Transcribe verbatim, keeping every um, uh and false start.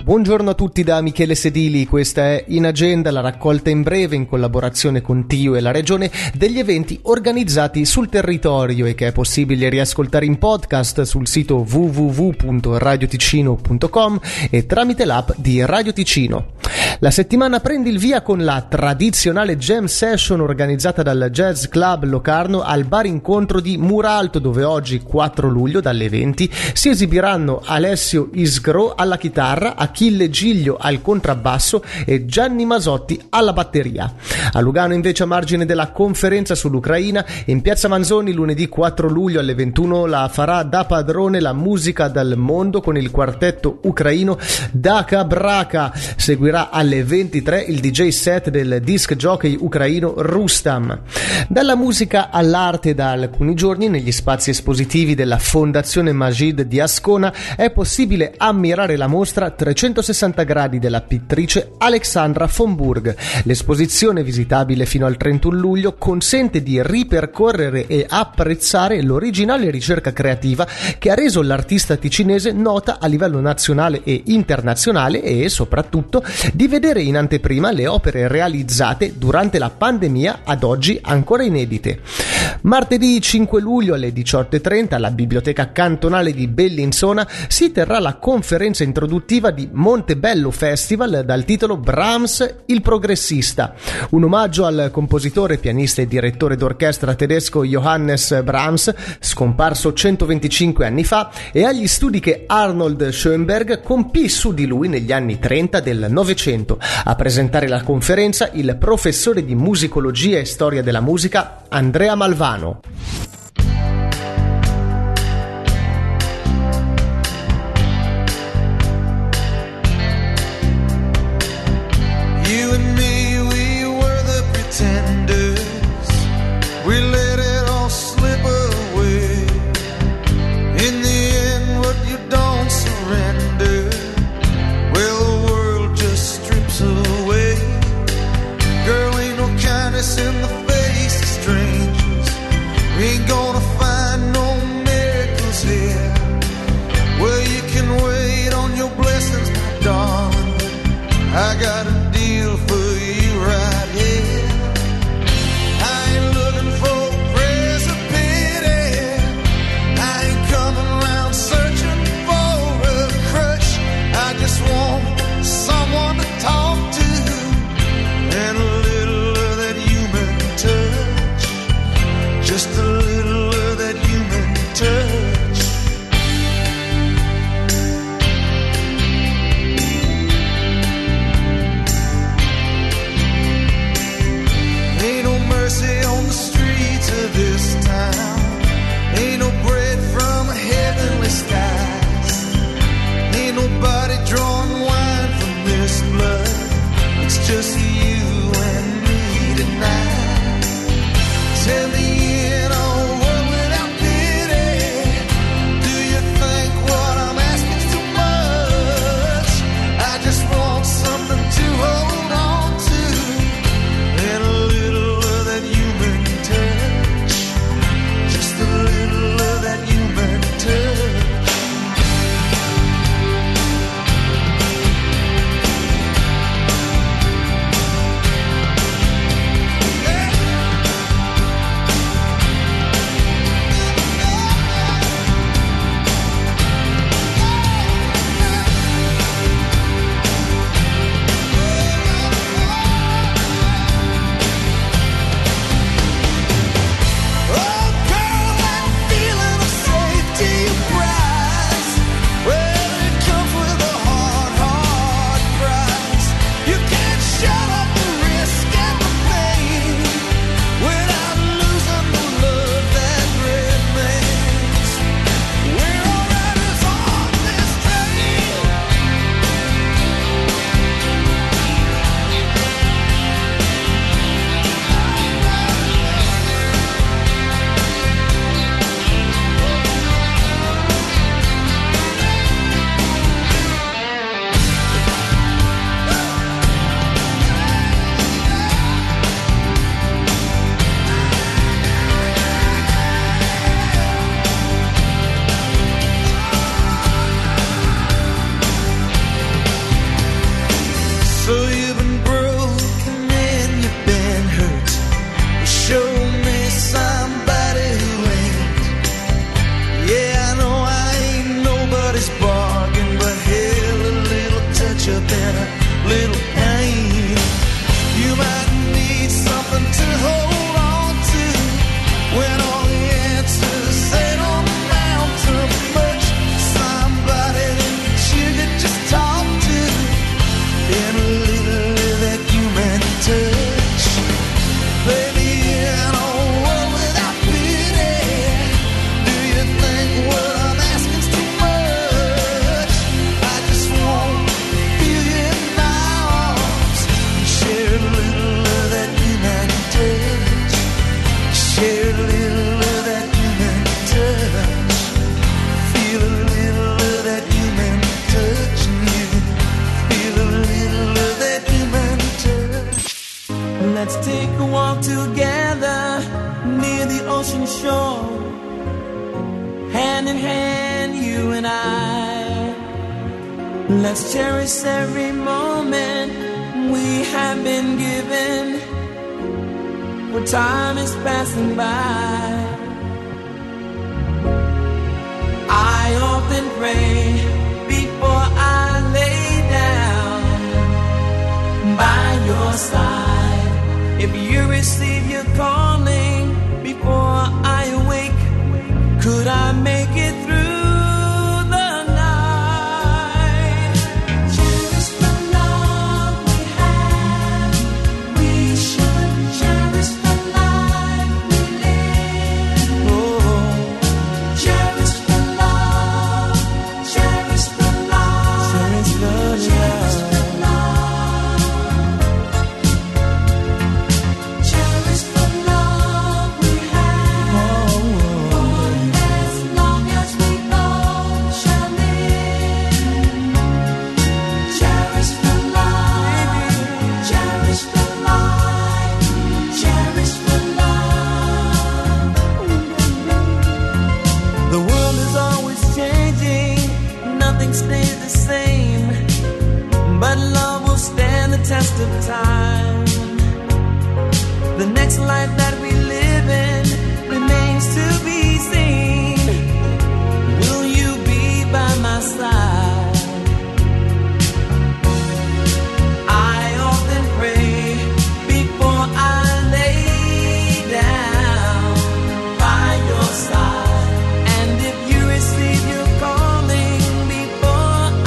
Buongiorno a tutti da Michele Sedili, questa è In Agenda, la raccolta in breve in collaborazione con Tio e la Regione degli eventi organizzati sul territorio e che è possibile riascoltare in podcast sul sito w w w punto radio ticino punto com e tramite l'app di Radio Ticino. La settimana prende il via con la tradizionale jam session organizzata dal Jazz Club Locarno al bar incontro di Muralto, dove oggi quattro luglio dalle venti si esibiranno Alessio Isgro alla chitarra, Achille Giglio al contrabbasso e Gianni Masotti alla batteria. A Lugano invece, a margine della conferenza sull'Ucraina, in piazza Manzoni lunedì quattro luglio alle ventuno la farà da padrone la musica dal mondo con il quartetto ucraino Daka Braka. Seguirà alle ventitré il D J set del disc jockey ucraino Rustam. Dalla musica all'arte, da alcuni giorni negli spazi espositivi della Fondazione Majid di Ascona è possibile ammirare la mostra trecentosessanta gradi della pittrice Alexandra von Burg. L'esposizione, visitabile fino al trentuno luglio, consente di ripercorrere e apprezzare l'originale ricerca creativa che ha reso l'artista ticinese nota a livello nazionale e internazionale e, soprattutto, di vedere in anteprima le opere realizzate durante la pandemia, ad oggi ancora inedite. Martedì cinque luglio alle diciotto e trenta alla Biblioteca Cantonale di Bellinzona si terrà la conferenza introduttiva di Montebello Festival dal titolo Brahms il progressista, un omaggio al compositore, pianista e direttore d'orchestra tedesco Johannes Brahms, scomparso centoventicinque anni fa, e agli studi che Arnold Schoenberg compì su di lui negli anni trenta del Novecento. A presentare la conferenza il professore di musicologia e storia della musica Andrea Malvano. In the face of strangers, we ain't gonna find no miracles here. Well, you can wait on your blessings, my darling. I got a deal for you right here. I ain't looking for prayers of pity. I ain't coming around searching for a crush. I just want someone to talk to and a just a little of that human touch. Ain't no mercy on the streets of this town. Ain't no bread from heavenly skies. Ain't nobody drawing wine from this blood. It's just you and me tonight. Tell me, take a walk together near the ocean shore, hand in hand, you and I. Let's cherish every moment we have been given, for time is passing by. I often pray before I lay down by your side. If you receive your calling before I awake, could I make it through the night? Cherish the love we have. We should cherish the life we live. Oh, cherish the love, cherish the love, cherish the love, cherish the love, cherish the love we have. Oh, for as long as we both shall live. Cherish the love, cherish the life, cherish the love. The world is always changing, nothing stays the same, but love will stand the test of time. The next life that